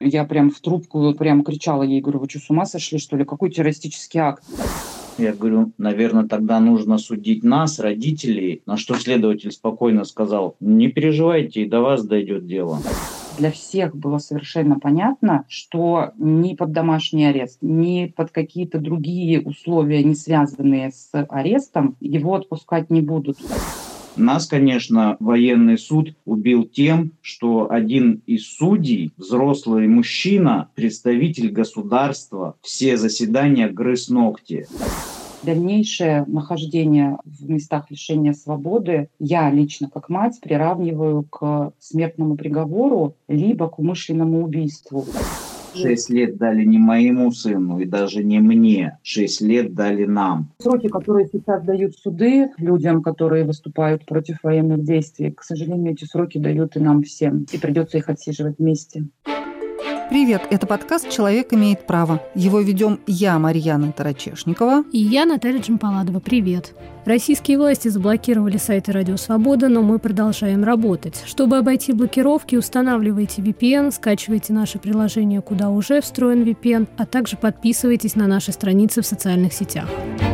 Я прям в трубку прям кричала ей, говорю: вы что, с ума сошли, что ли? Какой террористический акт? Я говорю, наверное, тогда нужно судить нас, родителей, на что следователь спокойно сказал: не переживайте, и до вас дойдет дело. Для всех было совершенно понятно, что ни под домашний арест, ни под какие-то другие условия, не связанные с арестом, его отпускать не будут. Нас, конечно, военный суд убил тем, что один из судей, взрослый мужчина, представитель государства, все заседания грыз ногти. Дальнейшее нахождение в местах лишения свободы я лично как мать приравниваю к смертному приговору либо к умышленному убийству. 6 лет дали не моему сыну и даже не мне. 6 лет дали нам. Сроки, которые сейчас дают суды людям, которые выступают против военных действий, к сожалению, эти сроки дают и нам всем. И придется их отсиживать вместе. Привет, это подкаст «Человек имеет право». Его ведем я, Марьяна Тарачешникова. И я, Наталья Джампаладова. Привет. Российские власти заблокировали сайты «Радио Свобода», но мы продолжаем работать. Чтобы обойти блокировки, устанавливайте VPN, скачивайте наше приложение, куда уже встроен VPN, а также подписывайтесь на наши страницы в социальных сетях.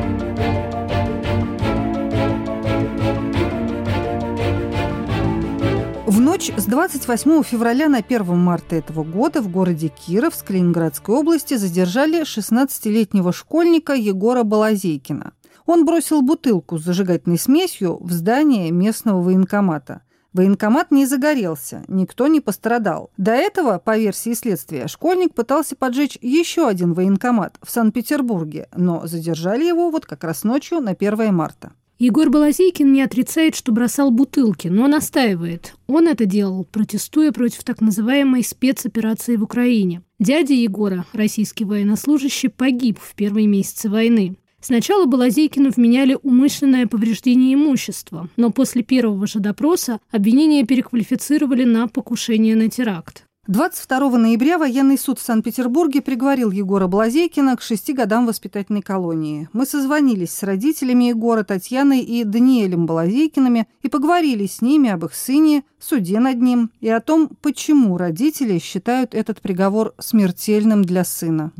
В ночь с 28 февраля на 1 марта этого года в городе Кировск Ленинградской области задержали 16-летнего школьника Егора Балазейкина. Он бросил бутылку с зажигательной смесью в здание местного военкомата. Военкомат не загорелся, никто не пострадал. До этого, по версии следствия, школьник пытался поджечь еще один военкомат в Санкт-Петербурге, но задержали его вот как раз ночью на 1 марта. Егор Балазейкин не отрицает, что бросал бутылки, но настаивает. Он это делал, протестуя против так называемой спецоперации в Украине. Дядя Егора, российский военнослужащий, погиб в первые месяцы войны. Сначала Балазейкину вменяли умышленное повреждение имущества, но после первого же допроса обвинение переквалифицировали на покушение на теракт. 22 ноября военный суд в Санкт-Петербурге приговорил Егора Балазейкина к 6 годам воспитательной колонии. Мы созвонились с родителями Егора, Татьяной и Даниэлем Балазейкиными и поговорили с ними об их сыне, суде над ним и о том, почему родители считают этот приговор смертельным для сына.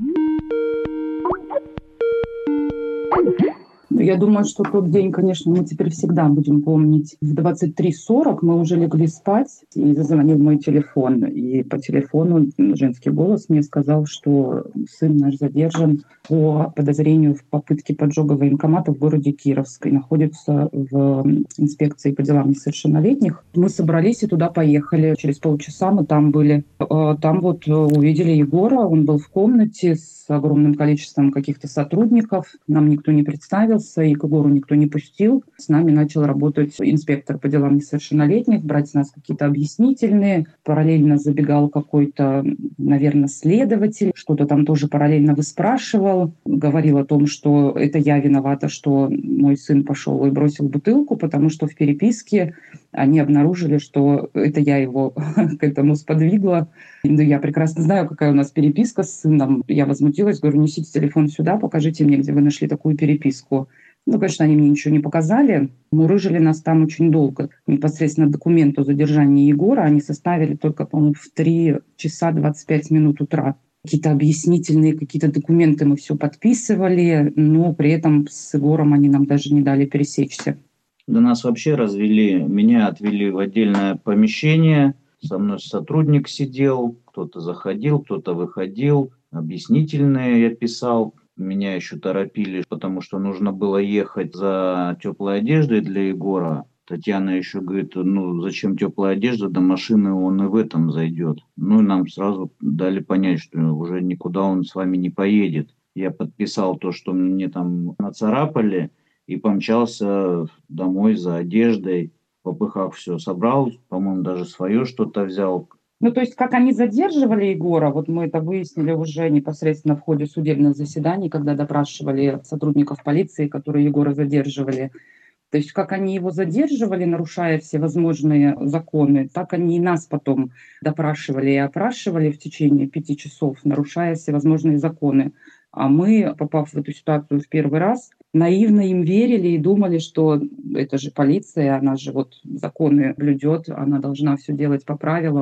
Я думаю, что тот день, конечно, мы теперь всегда будем помнить. В 23:40 мы уже легли спать, и зазвонил мой телефон. И по телефону женский голос мне сказал, что сын наш задержан по подозрению в попытке поджога военкомата в городе Кировск и находится в инспекции по делам несовершеннолетних. Мы собрались и туда поехали. Через полчаса мы там были. Там вот увидели Егора, он был в комнате с огромным количеством каких-то сотрудников. Нам никто не представился, и к Егору никто не пустил. С нами начал работать инспектор по делам несовершеннолетних, брать с нас какие-то объяснительные. Параллельно забегал какой-то, наверное, следователь. Что-то там тоже параллельно выспрашивал. Говорил о том, что это я виновата, что мой сын пошел и бросил бутылку, потому что в переписке они обнаружили, что это я его к этому сподвигла. Я прекрасно знаю, какая у нас переписка с сыном. Я возмутилась, говорю: несите телефон сюда, покажите мне, где вы нашли такую переписку. Ну, конечно, они мне ничего не показали. Мурыжили нас там очень долго. Непосредственно документ о задержании Егора они составили только, по-моему, в 3 часа 25 минут утра. Какие-то объяснительные, какие-то документы мы все подписывали, но при этом с Егором они нам даже не дали пересечься. Да нас вообще развели, меня отвели в отдельное помещение, со мной сотрудник сидел, кто-то заходил, кто-то выходил, объяснительные я писал, меня еще торопили, потому что нужно было ехать за теплой одеждой для Егора. Татьяна еще говорит: ну зачем теплая одежда, до машины он и в этом зайдет. Ну и нам сразу дали понять, что уже никуда он с вами не поедет. Я подписал то, что мне там нацарапали, и помчался домой за одеждой. В попыхах все собрал, по-моему, даже свое что-то взял. Ну, то есть, как они задерживали Егора, вот мы это выяснили уже непосредственно в ходе судебных заседаний, когда допрашивали сотрудников полиции, которые Егора задерживали. То есть, как они его задерживали, нарушая все возможные законы, так они и нас потом допрашивали и опрашивали в течение 5 часов, нарушая всевозможные законы. А мы, попав в эту ситуацию в первый раз, наивно им верили и думали, что это же полиция, она же вот законы блюдет, она должна все делать по правилам.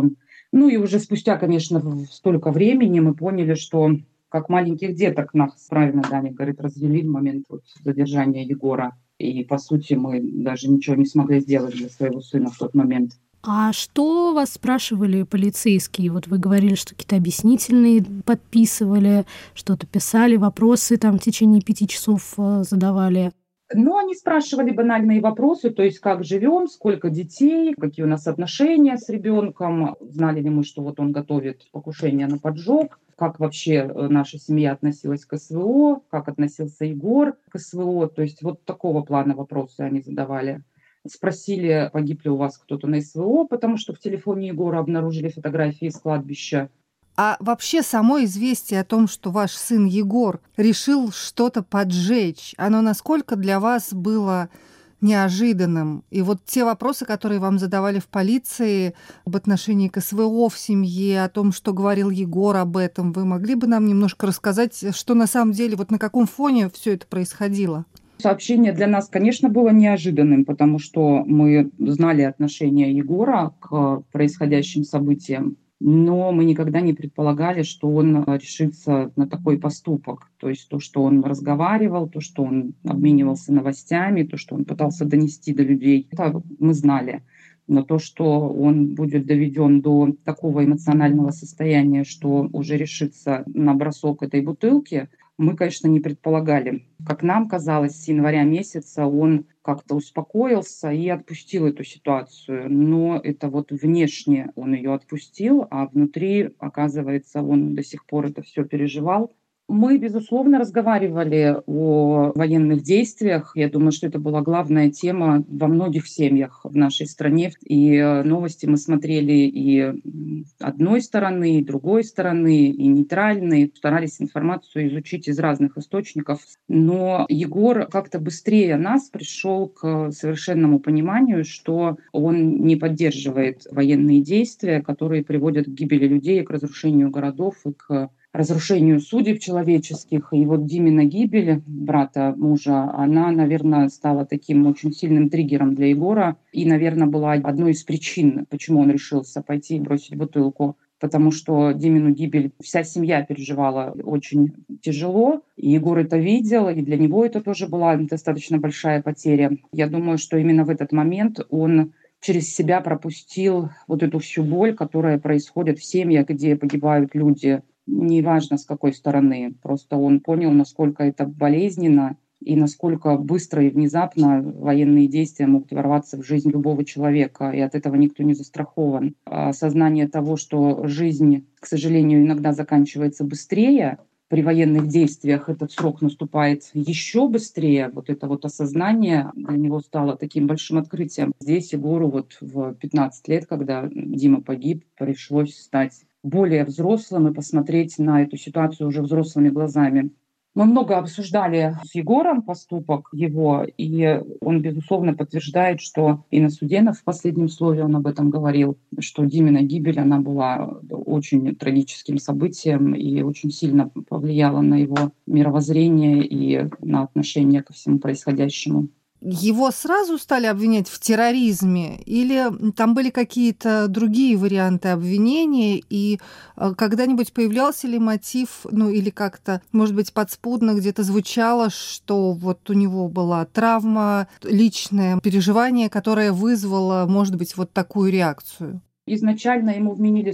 Ну и уже спустя, конечно, столько времени мы поняли, что как маленьких деток нас, правильно Даня говорит, развели в момент вот задержания Егора. И, по сути, мы даже ничего не смогли сделать для своего сына в тот момент. А что вас спрашивали полицейские? Вот вы говорили, что какие-то объяснительные подписывали, что-то писали, вопросы там в течение 5 часов задавали. Ну, они спрашивали банальные вопросы, то есть как живем, сколько детей, какие у нас отношения с ребенком, знали ли мы, что вот он готовит покушение на поджог, как вообще наша семья относилась к СВО, как относился Егор к СВО, то есть вот такого плана вопросы они задавали. Спросили, погиб ли у вас кто-то на СВО, потому что в телефоне Егора обнаружили фотографии из кладбища. А вообще само известие о том, что ваш сын Егор решил что-то поджечь, оно насколько для вас было неожиданным? И вот те вопросы, которые вам задавали в полиции об отношении к СВО в семье, о том, что говорил Егор об этом, вы могли бы нам немножко рассказать, что на самом деле, вот на каком фоне все это происходило? Сообщение для нас, конечно, было неожиданным, потому что мы знали отношение Егора к происходящим событиям, но мы никогда не предполагали, что он решится на такой поступок. То есть то, что он разговаривал, то, что он обменивался новостями, то, что он пытался донести до людей, это мы знали. Но то, что он будет доведен до такого эмоционального состояния, что уже решится на бросок этой бутылки, мы, конечно, не предполагали. Как нам казалось, с января месяца он как-то успокоился и отпустил эту ситуацию. Но это вот внешне он ее отпустил, а внутри, оказывается, он до сих пор это все переживал. Мы, безусловно, разговаривали о военных действиях. Я думаю, что это была главная тема во многих семьях в нашей стране. И новости мы смотрели и одной стороны, и другой стороны, и нейтральные. Старались информацию изучить из разных источников. Но Егор как-то быстрее нас пришел к совершенному пониманию, что он не поддерживает военные действия, которые приводят к гибели людей, к разрушению городов и к разрушению судеб человеческих. И вот Димина гибель, брата мужа, она, наверное, стала таким очень сильным триггером для Егора. И, наверное, была одной из причин, почему он решился пойти и бросить бутылку. Потому что Димину гибель вся семья переживала очень тяжело. И Егор это видел, и для него это тоже была достаточно большая потеря. Я думаю, что именно в этот момент он через себя пропустил вот эту всю боль, которая происходит в семьях, где погибают люди. Неважно, с какой стороны. Просто он понял, насколько это болезненно и насколько быстро и внезапно военные действия могут ворваться в жизнь любого человека, и от этого никто не застрахован. Осознание того, что жизнь, к сожалению, иногда заканчивается быстрее, при военных действиях этот срок наступает еще быстрее. Вот это вот осознание для него стало таким большим открытием. Здесь Егору вот в 15 лет, когда Дима погиб, пришлось стать более взрослым и посмотреть на эту ситуацию уже взрослыми глазами. Мы много обсуждали с Егором поступок его, и он, безусловно, подтверждает, что и на суде, в последнем слове он об этом говорил, что Димина гибель, она была очень трагическим событием и очень сильно повлияла на его мировоззрение и на отношение ко всему происходящему. Его сразу стали обвинять в терроризме или там были какие-то другие варианты обвинения, и когда-нибудь появлялся ли мотив, ну или как-то, может быть, подспудно где-то звучало, что вот у него была травма, личное переживание, которое вызвало, может быть, вот такую реакцию? Изначально ему вменили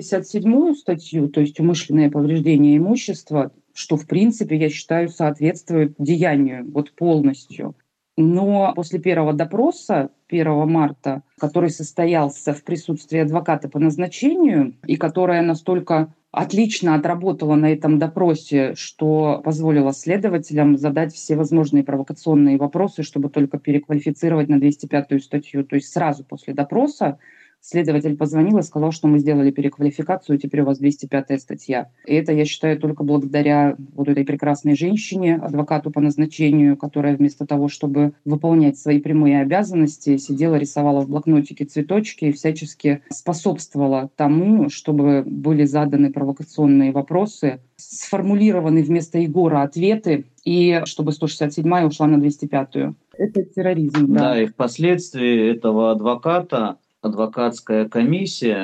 167-ю статью, то есть умышленное повреждение имущества, что, в принципе, я считаю, соответствует деянию вот полностью. Но после первого допроса 1 марта, который состоялся в присутствии адвоката по назначению, и которая настолько отлично отработала на этом допросе, что позволила следователям задать все возможные провокационные вопросы, чтобы только переквалифицировать на 205-ю статью. То есть сразу после допроса следователь позвонил и сказал, что мы сделали переквалификацию, теперь у вас 205-я статья. И это, я считаю, только благодаря вот этой прекрасной женщине, адвокату по назначению, которая вместо того, чтобы выполнять свои прямые обязанности, сидела, рисовала в блокнотике цветочки и всячески способствовала тому, чтобы были заданы провокационные вопросы, сформулированы вместо Егора ответы, и чтобы 167-я ушла на 205-ю. Это терроризм, да. Да, и впоследствии этого адвоката адвокатская комиссия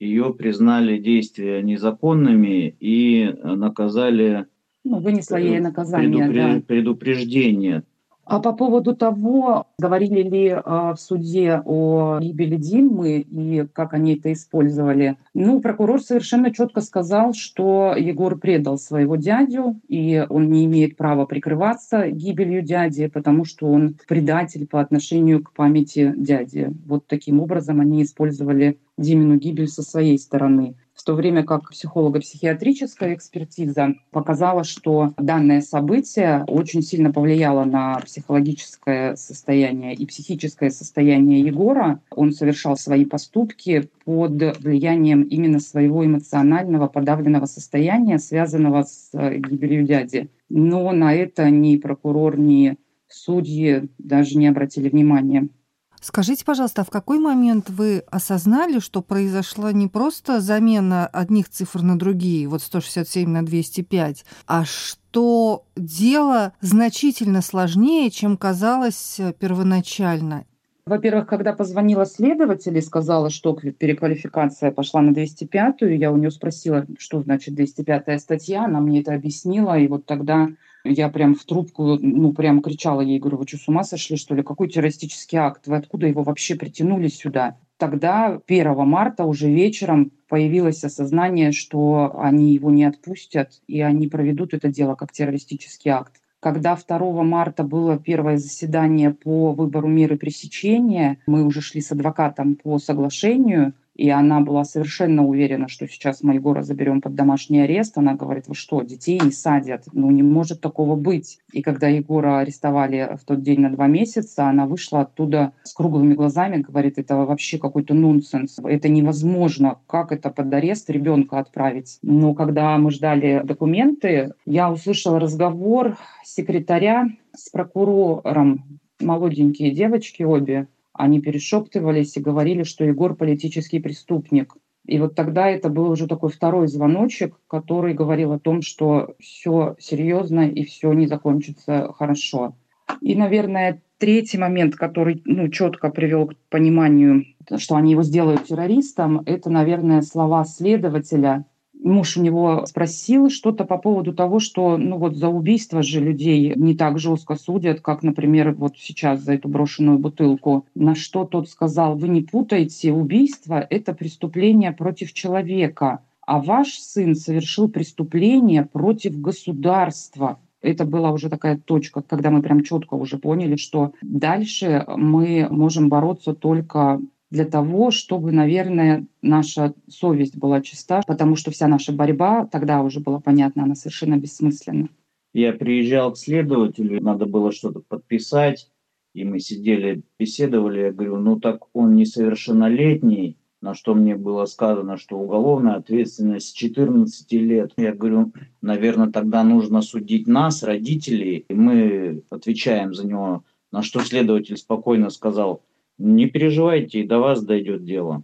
ее признали действия незаконными и наказали Вынесла ей наказание, предупреждение. А по поводу того, говорили ли в суде о гибели Димы и как они это использовали, прокурор совершенно четко сказал, что Егор предал своего дядю, и он не имеет права прикрываться гибелью дяди, потому что он предатель по отношению к памяти дяди. Вот таким образом они использовали Димину гибель со своей стороны. В то время как психолого-психиатрическая экспертиза показала, что данное событие очень сильно повлияло на психологическое состояние и психическое состояние Егора. Он совершал свои поступки под влиянием именно своего эмоционального подавленного состояния, связанного с гибелью дяди. Но на это ни прокурор, ни судьи даже не обратили внимания. Скажите, пожалуйста, а в какой момент вы осознали, что произошла не просто замена одних цифр на другие, 167 на 205, а что дело значительно сложнее, чем казалось первоначально? Во-первых, когда позвонила следователь и сказала, что переквалификация пошла на 205-ю, я у нее спросила, что значит 205-я статья, она мне это объяснила, и вот тогда я прям в трубку, прям кричала ей, говорю, вы что, с ума сошли, что ли? Какой террористический акт? Вы откуда его вообще притянули сюда? Тогда 1 марта уже вечером появилось осознание, что они его не отпустят, и они проведут это дело как террористический акт. Когда 2 марта было первое заседание по выбору меры пресечения, мы уже шли с адвокатом по соглашению, и она была совершенно уверена, что сейчас мы Егора заберем под домашний арест. Она говорит, вы что, детей не садят? Не может такого быть. И когда Егора арестовали в тот день на 2 месяца, она вышла оттуда с круглыми глазами, говорит, это вообще какой-то нонсенс. Это невозможно. Как это под арест ребенка отправить? Но когда мы ждали документы, я услышала разговор секретаря с прокурором. Молоденькие девочки обе. Они перешептывались и говорили, что Егор политический преступник. И вот тогда это был уже такой второй звоночек, который говорил о том, что все серьезно и все не закончится хорошо. И, наверное, третий момент, который четко привел к пониманию, что они его сделают террористом, это, наверное, слова следователя. Муж у него спросил что-то по поводу того, что за убийство же людей не так жестко судят, как, например, вот сейчас за эту брошенную бутылку. На что тот сказал, вы не путайте, убийство – это преступление против человека, а ваш сын совершил преступление против государства. Это была уже такая точка, когда мы прям четко уже поняли, что дальше мы можем бороться только для того, чтобы, наверное, наша совесть была чиста, потому что вся наша борьба, тогда уже было понятно, она совершенно бессмысленна. Я приезжал к следователю, надо было что-то подписать, и мы сидели, беседовали. Я говорю, так он несовершеннолетний, на что мне было сказано, что уголовная ответственность с 14 лет. Я говорю, наверное, тогда нужно судить нас, родителей, и мы отвечаем за него. На что следователь спокойно сказал, не переживайте, и до вас дойдет дело.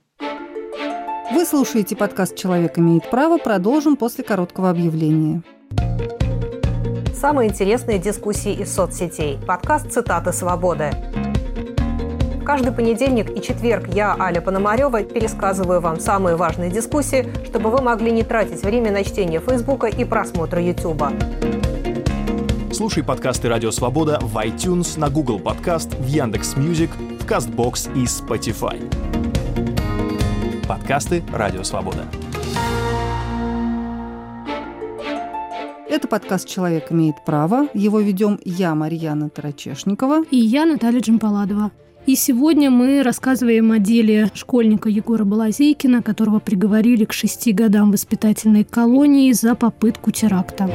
Вы слушаете подкаст «Человек имеет право». Продолжим после короткого объявления. Самые интересные дискуссии из соцсетей. Подкаст «Цитаты свободы». Каждый понедельник и четверг я, Аля Пономарёва, пересказываю вам самые важные дискуссии, чтобы вы могли не тратить время на чтение Фейсбука и просмотра Ютуба. Слушай подкасты «Радио Свобода» в iTunes, на Google Подкаст, в Яндекс.Мьюзик, в Castbox и Spotify. Подкасты «Радио Свобода». Это подкаст «Человек имеет право». Его ведем я, Марьяна Тарачешникова. И я, Наталья Джампаладова. И сегодня мы рассказываем о деле школьника Егора Балазейкина, которого приговорили к 6 годам воспитательной колонии за попытку теракта.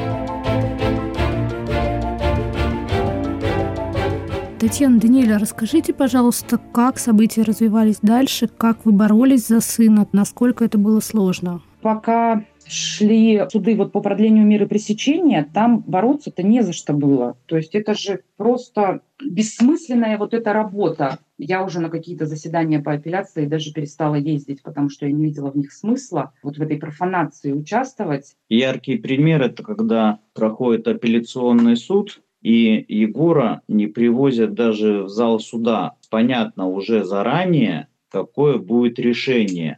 Татьяна, Даниэля, расскажите, пожалуйста, как события развивались дальше, как вы боролись за сына, насколько это было сложно? Пока шли суды по продлению меры пресечения, там бороться-то не за что было. То есть это же просто бессмысленная эта работа. Я уже на какие-то заседания по апелляции даже перестала ездить, потому что я не видела в них смысла в этой профанации участвовать. Яркий пример – это когда проходит апелляционный суд, и Егора не привозят даже в зал суда. Понятно уже заранее, какое будет решение.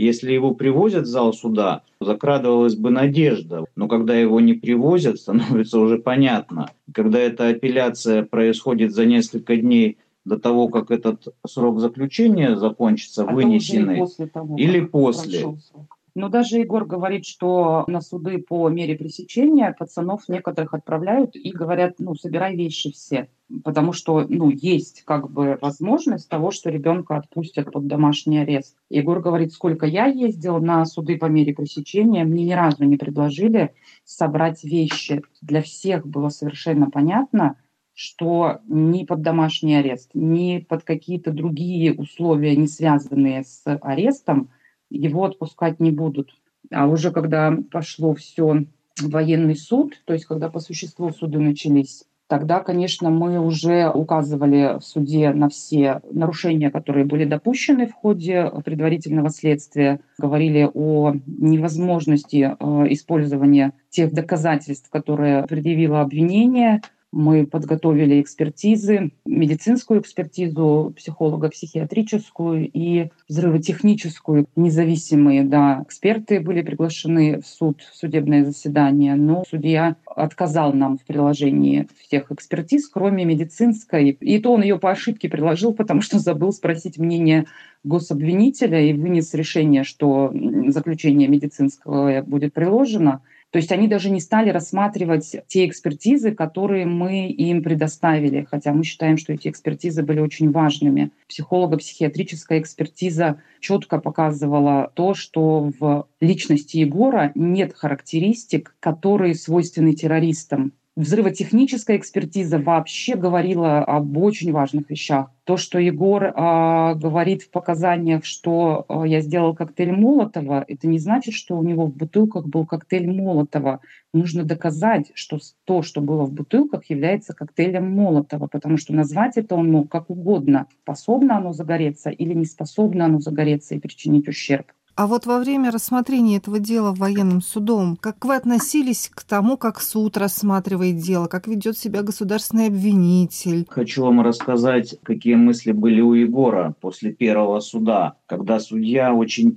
Если его привозят в зал суда, закрадывалась бы надежда. Но когда его не привозят, становится уже понятно. Когда эта апелляция происходит за несколько дней до того, как этот срок заключения закончится, вынесенный, или после. Но даже Егор говорит, что на суды по мере пресечения пацанов некоторых отправляют и говорят, собирай вещи все. Потому что, есть возможность того, что ребенка отпустят под домашний арест. Егор говорит, сколько я ездил на суды по мере пресечения, мне ни разу не предложили собрать вещи. Для всех было совершенно понятно, что ни под домашний арест, ни под какие-то другие условия, не связанные с арестом, его отпускать не будут. А уже когда пошло все в военный суд, то есть когда по существу суды начались, тогда, конечно, мы уже указывали в суде на все нарушения, которые были допущены в ходе предварительного следствия, говорили о невозможности использования тех доказательств, которые предъявило обвинение. Мы подготовили экспертизы, медицинскую экспертизу, психолого-психиатрическую и взрывотехническую. Независимые эксперты были приглашены в суд, в судебное заседание, но судья отказал нам в приложении всех экспертиз, кроме медицинской. И то он ее по ошибке приложил, потому что забыл спросить мнение гособвинителя и вынес решение, что заключение медицинского будет приложено. То есть они даже не стали рассматривать те экспертизы, которые мы им предоставили, хотя мы считаем, что эти экспертизы были очень важными. Психолого-психиатрическая экспертиза четко показывала то, что в личности Егора нет характеристик, которые свойственны террористам. Взрывотехническая экспертиза вообще говорила об очень важных вещах. То, что Егор говорит в показаниях, что я сделал коктейль Молотова, это не значит, что у него в бутылках был коктейль Молотова. Нужно доказать, что то, что было в бутылках, является коктейлем Молотова, потому что назвать это он мог как угодно. Способно оно загореться или не способно оно загореться и причинить ущерб. А вот во время рассмотрения этого дела военным судом, как вы относились к тому, как суд рассматривает дело, как ведет себя государственный обвинитель? Хочу вам рассказать, какие мысли были у Егора после первого суда, когда судья очень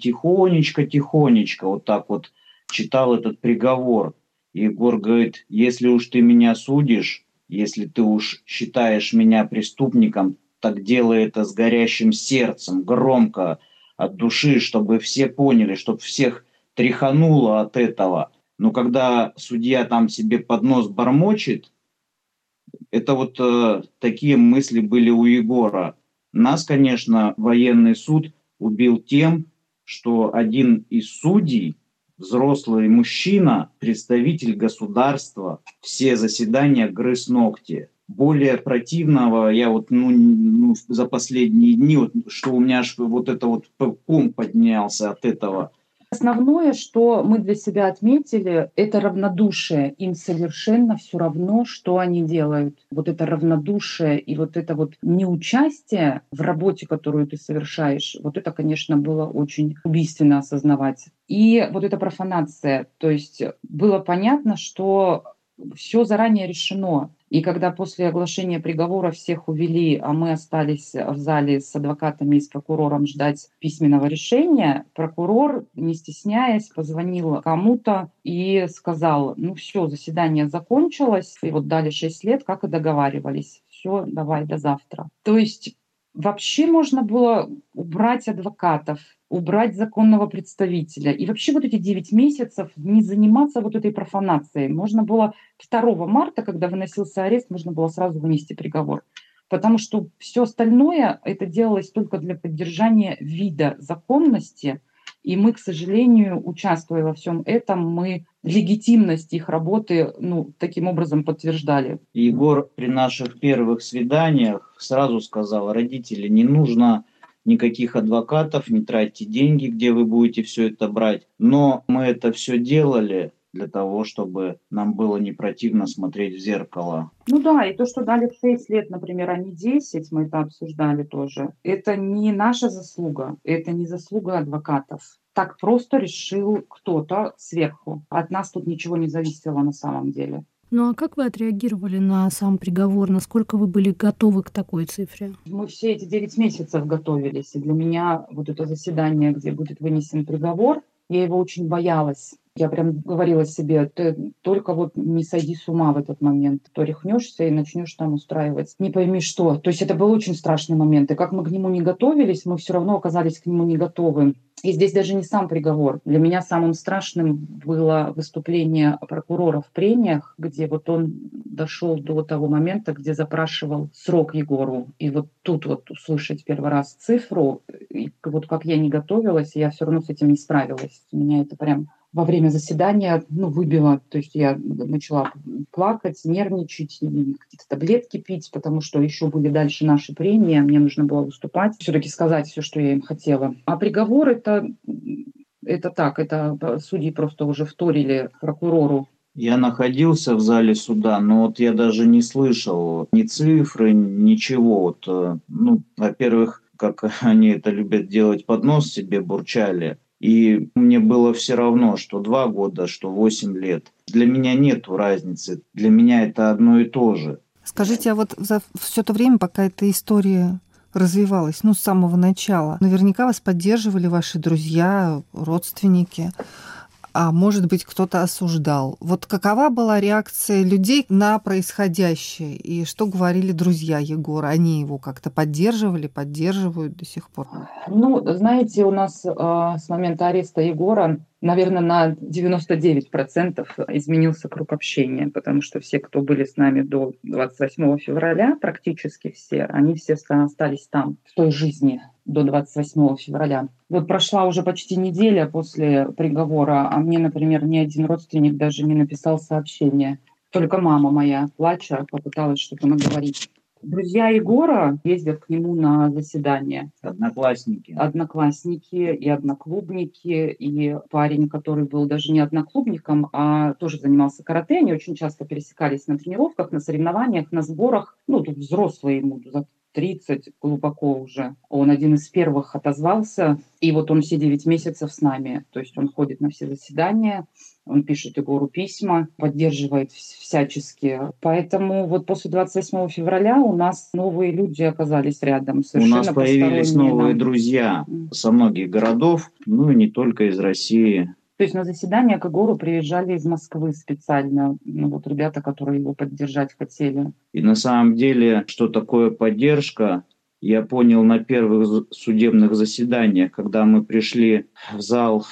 тихонечко вот так вот читал этот приговор. Егор говорит, если уж ты меня судишь, если ты уж считаешь меня преступником, так делай это с горящим сердцем, громко, от души, чтобы все поняли, чтобы всех тряхануло от этого. Но когда судья там себе под нос бормочет, это вот такие мысли были у Егора. Нас, конечно, военный суд убил тем, что один из судей, взрослый мужчина, представитель государства, все заседания грыз ногти. Более противного я за последние дни, что у меня аж ком поднялся от этого. Основное, что мы для себя отметили, это равнодушие. Им совершенно все равно, что они делают. Вот это равнодушие и вот это вот неучастие в работе, которую ты совершаешь, вот это, конечно, было очень убийственно осознавать. И вот эта профанация. То есть было понятно, что все заранее решено. И когда после оглашения приговора всех увели, а мы остались в зале с адвокатами и с прокурором ждать письменного решения, прокурор, не стесняясь, позвонил кому-то и сказал, все, заседание закончилось, и вот дали 6 лет, как и договаривались. Все, давай, до завтра. То есть вообще можно было убрать адвокатов, убрать законного представителя. И вообще вот эти 9 месяцев не заниматься вот этой профанацией. Можно было 2 марта, когда выносился арест, можно было сразу вынести приговор. Потому что все остальное это делалось только для поддержания вида законности. И мы, к сожалению, участвуя во всем этом, мы легитимность их работы таким образом подтверждали. Егор при наших первых свиданиях сразу сказал, родители, не нужно никаких адвокатов, не тратьте деньги, где вы будете все это брать. Но мы это все делали для того, чтобы нам было не противно смотреть в зеркало. И то, что дали 6 лет, например, а не 10, мы это обсуждали тоже, это не наша заслуга, это не заслуга адвокатов. Так просто решил кто-то сверху. От нас тут ничего не зависело на самом деле. Ну а как вы отреагировали на сам приговор? Насколько вы были готовы к такой цифре? Мы все эти 9 месяцев готовились, и для меня вот это заседание, где будет вынесен приговор, я его очень боялась. Я прям говорила себе, ты только вот не сойди с ума в этот момент, то рехнешься и начнешь там устраивать не пойми что. То есть это был очень страшный момент, и как мы к нему не готовились, мы все равно оказались к нему не готовы. И здесь даже не сам приговор. Для меня самым страшным было выступление прокурора в прениях, где вот он дошел до того момента, где запрашивал срок Егору. И вот тут вот услышать первый раз цифру, и вот как я не готовилась, я все равно с этим не справилась. Меня это прям во время заседания выбило. То есть я начала плакать, нервничать, какие-то таблетки пить, потому что еще были дальше наши прения, мне нужно было выступать, все-таки сказать все, что я им хотела. А приговор это так, это судьи просто уже вторили прокурору. Я находился в зале суда, но вот я даже не слышал ни цифры, ничего. Во-первых, как они это любят делать, под нос себе бурчали. И мне было все равно, что 2 года, что 8 лет. Для меня нету разницы. Для меня это одно и то же. Скажите, а вот за все то время, пока эта история развивалась, с самого начала, наверняка вас поддерживали ваши друзья, родственники, а может быть, кто-то осуждал. Вот какова была реакция людей на происходящее? И что говорили друзья Егора? Они его как-то поддерживают до сих пор? Знаете, у нас с момента ареста Егора, наверное, на 99% изменился круг общения, потому что все, кто были с нами до 28 февраля, практически все, они все остались там, в той жизни до 28 февраля. Вот прошла уже почти неделя после приговора, а мне, например, ни один родственник даже не написал сообщение. Только мама моя, плача, попыталась что-то наговорить. Друзья Егора ездят к нему на заседания. Одноклассники И одноклубники, и парень, который был даже не одноклубником, а тоже занимался карате. Они очень часто пересекались на тренировках, на соревнованиях, на сборах. Тут взрослый ему за 30 глубоко уже. Он один из первых отозвался, и вот он все 9 месяцев с нами. То есть он ходит на все заседания, он пишет Егору письма, поддерживает всячески. Поэтому вот после 28 февраля у нас новые люди оказались рядом. У нас появились новые друзья со многих городов, и не только из России. То есть на заседание к Егору приезжали из Москвы специально, ребята, которые его поддержать хотели. И на самом деле, что такое поддержка, я понял на первых судебных заседаниях, когда мы пришли в зал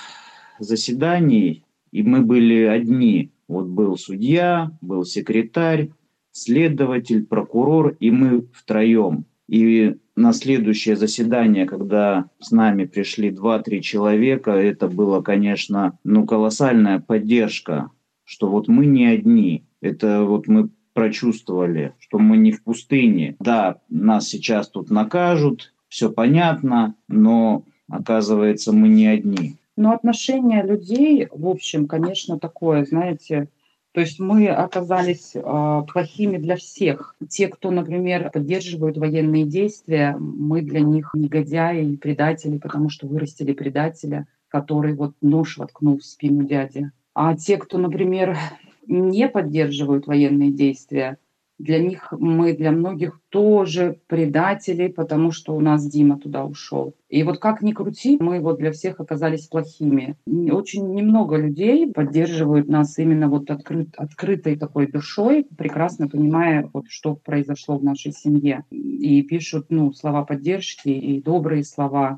заседаний, и мы были одни. Вот был судья, был секретарь, следователь, прокурор, и мы втроем. И на следующее заседание, когда с нами пришли 2-3 человека, это было, конечно, колоссальная поддержка, что вот мы не одни. Это вот мы прочувствовали, что мы не в пустыне. Да, нас сейчас тут накажут, все понятно, но, оказывается, мы не одни. Но отношение людей, в общем, конечно, такое, знаете, то есть мы оказались плохими для всех. Те, кто, например, поддерживают военные действия, мы для них негодяи и предатели, потому что вырастили предателя, который нож воткнул в спину дяди. А те, кто, например, не поддерживают военные действия, для них мы, для многих тоже предатели, потому что у нас Дима туда ушел. И как ни крути, мы для всех оказались плохими. Очень немного людей поддерживают нас именно открытой такой душой, прекрасно понимая, что произошло в нашей семье. И пишут слова поддержки и добрые слова.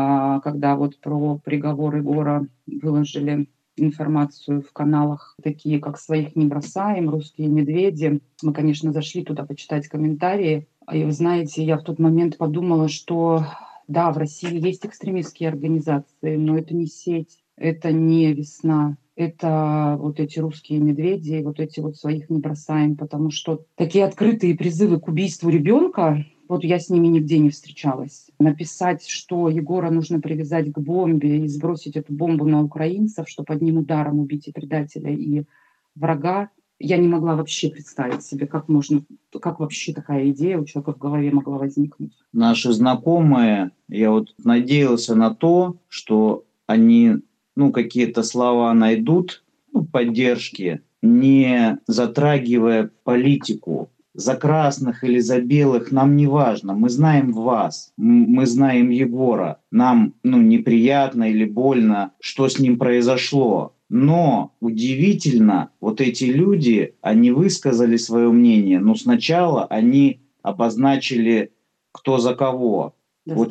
А когда про приговор Егора выложили информацию в каналах, такие как «Своих не бросаем», «Русские медведи». Мы, конечно, зашли туда почитать комментарии. И вы знаете, я в тот момент подумала, что да, в России есть экстремистские организации, но это не сеть, это не «Весна». Это эти русские медведи, эти «Своих не бросаем», потому что такие открытые призывы к убийству ребенка, я с ними нигде не встречалась. Написать, что Егора нужно привязать к бомбе и сбросить эту бомбу на украинцев, чтобы одним ударом убить и предателя, и врага, я не могла вообще представить себе, как вообще такая идея у человека в голове могла возникнуть. Наши знакомые, я надеялся на то, что они какие-то слова найдут поддержки, не затрагивая политику. За красных или за белых нам не важно. Мы знаем вас, мы знаем Егора. Нам неприятно или больно, что с ним произошло. Но удивительно, вот эти люди, они высказали свое мнение, но сначала они обозначили, кто за кого. Вот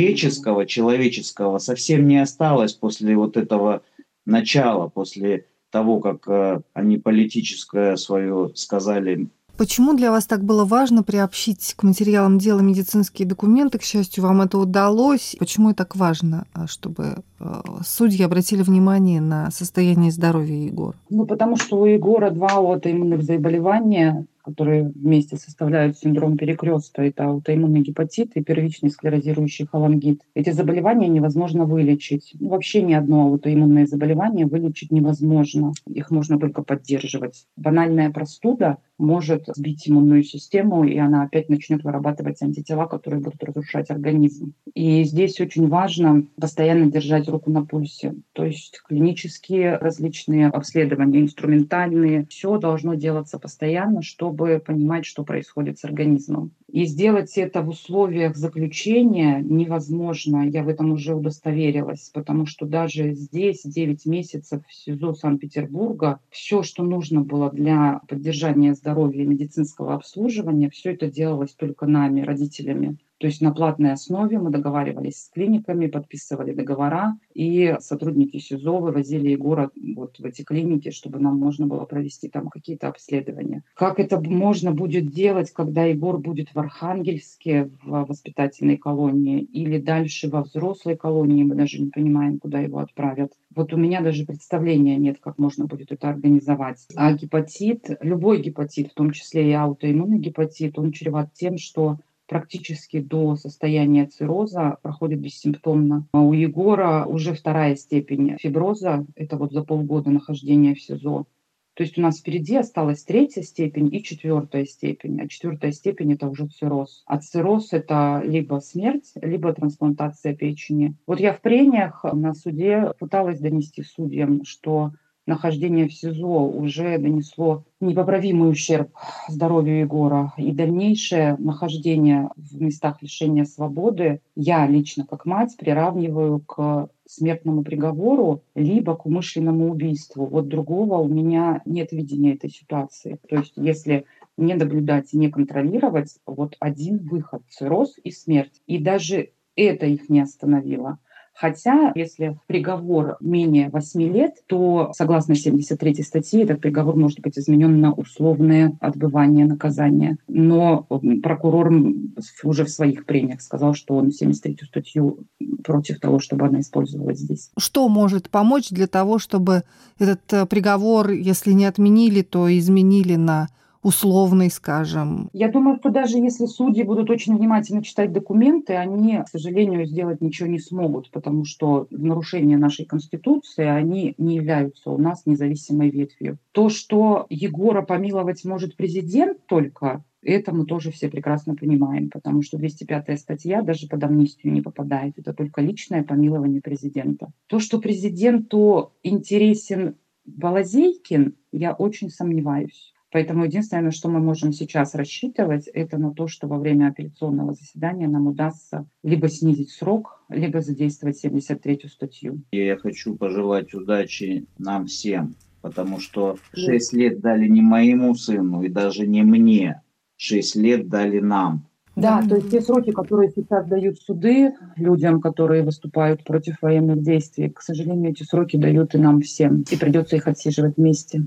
человеческого совсем не осталось после вот этого начала, после того, как они политическое свое сказали. Почему для вас так было важно приобщить к материалам дела медицинские документы? К счастью, вам это удалось. Почему так важно, чтобы судьи обратили внимание на состояние здоровья Егора? Потому что у Егора 2 аутоиммунных заболевания, которые вместе составляют синдром перекрестка. Это аутоиммунный гепатит и первичный склерозирующий холангит. Эти заболевания невозможно вылечить. Вообще ни одно аутоиммунное заболевание вылечить невозможно. Их можно только поддерживать. Банальная простуда может сбить иммунную систему, и она опять начнет вырабатывать антитела, которые будут разрушать организм. И здесь очень важно постоянно держать руку на пульсе. То есть клинические различные обследования, инструментальные, все должно делаться постоянно, чтобы понимать, что происходит с организмом. И сделать это в условиях заключения невозможно. Я в этом уже удостоверилась, потому что даже здесь 9 месяцев в СИЗО Санкт-Петербурга все, что нужно было для поддержания здоровья и медицинского обслуживания, все это делалось только нами, родителями. То есть на платной основе мы договаривались с клиниками, подписывали договора, и сотрудники СИЗО вывозили Егора в эти клиники, чтобы нам можно было провести там какие-то обследования. Как это можно будет делать, когда Егор будет в Архангельске, в воспитательной колонии, или дальше во взрослой колонии, мы даже не понимаем, куда его отправят. У меня даже представления нет, как можно будет это организовать. А гепатит, любой гепатит, в том числе и аутоиммунный гепатит, он чреват тем, что практически до состояния цирроза проходит бессимптомно. А у Егора уже 2-я степень фиброза, это за полгода нахождения в СИЗО. То есть у нас впереди осталась 3-я степень и 4-я степень. А 4-я степень – это уже цирроз. А цирроз – это либо смерть, либо трансплантация печени. Я в прениях на суде пыталась донести судьям, что нахождение в СИЗО уже нанесло непоправимый ущерб здоровью Егора. И дальнейшее нахождение в местах лишения свободы я лично, как мать, приравниваю к смертному приговору либо к умышленному убийству. Другого у меня нет видения этой ситуации. То есть если не наблюдать и не контролировать, один выход – цирроз и смерть. И даже это их не остановило. Хотя, если приговор менее 8 лет, то, согласно 73 статье, этот приговор может быть изменен на условное отбывание наказания. Но прокурор уже в своих прениях сказал, что он 73 статью против того, чтобы она использовалась здесь. Что может помочь для того, чтобы этот приговор, если не отменили, то изменили на условный, скажем? Я думаю, что даже если судьи будут очень внимательно читать документы, они, к сожалению, сделать ничего не смогут, потому что в нарушение нашей Конституции они не являются у нас независимой ветвью. То, что Егора помиловать может президент только, это мы тоже все прекрасно понимаем, потому что 205-я статья даже под амнистию не попадает. Это только личное помилование президента. То, что президенту интересен Балазейкин, я очень сомневаюсь. Поэтому единственное, на что мы можем сейчас рассчитывать, это на то, что во время апелляционного заседания нам удастся либо снизить срок, либо задействовать 73-ю статью. Я хочу пожелать удачи нам всем, потому что 6 лет дали не моему сыну и даже не мне. 6 лет дали нам. Да, то есть те сроки, которые сейчас дают суды людям, которые выступают против военных действий, к сожалению, эти сроки дают и нам всем. И придется их отсиживать вместе.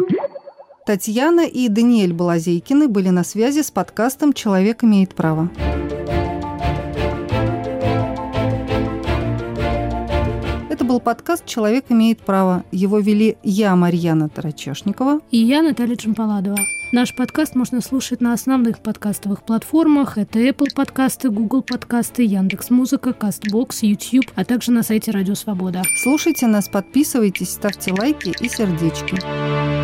Татьяна и Даниэль Балазейкины были на связи с подкастом «Человек имеет право». Это был подкаст «Человек имеет право». Его вели я, Марьяна Тарачешникова. И я, Наталья Джампаладова. Наш подкаст можно слушать на основных подкастовых платформах. Это Apple подкасты, Google подкасты, Яндекс.Музыка, CastBox, YouTube, а также на сайте Радио Свобода. Слушайте нас, подписывайтесь, ставьте лайки и сердечки.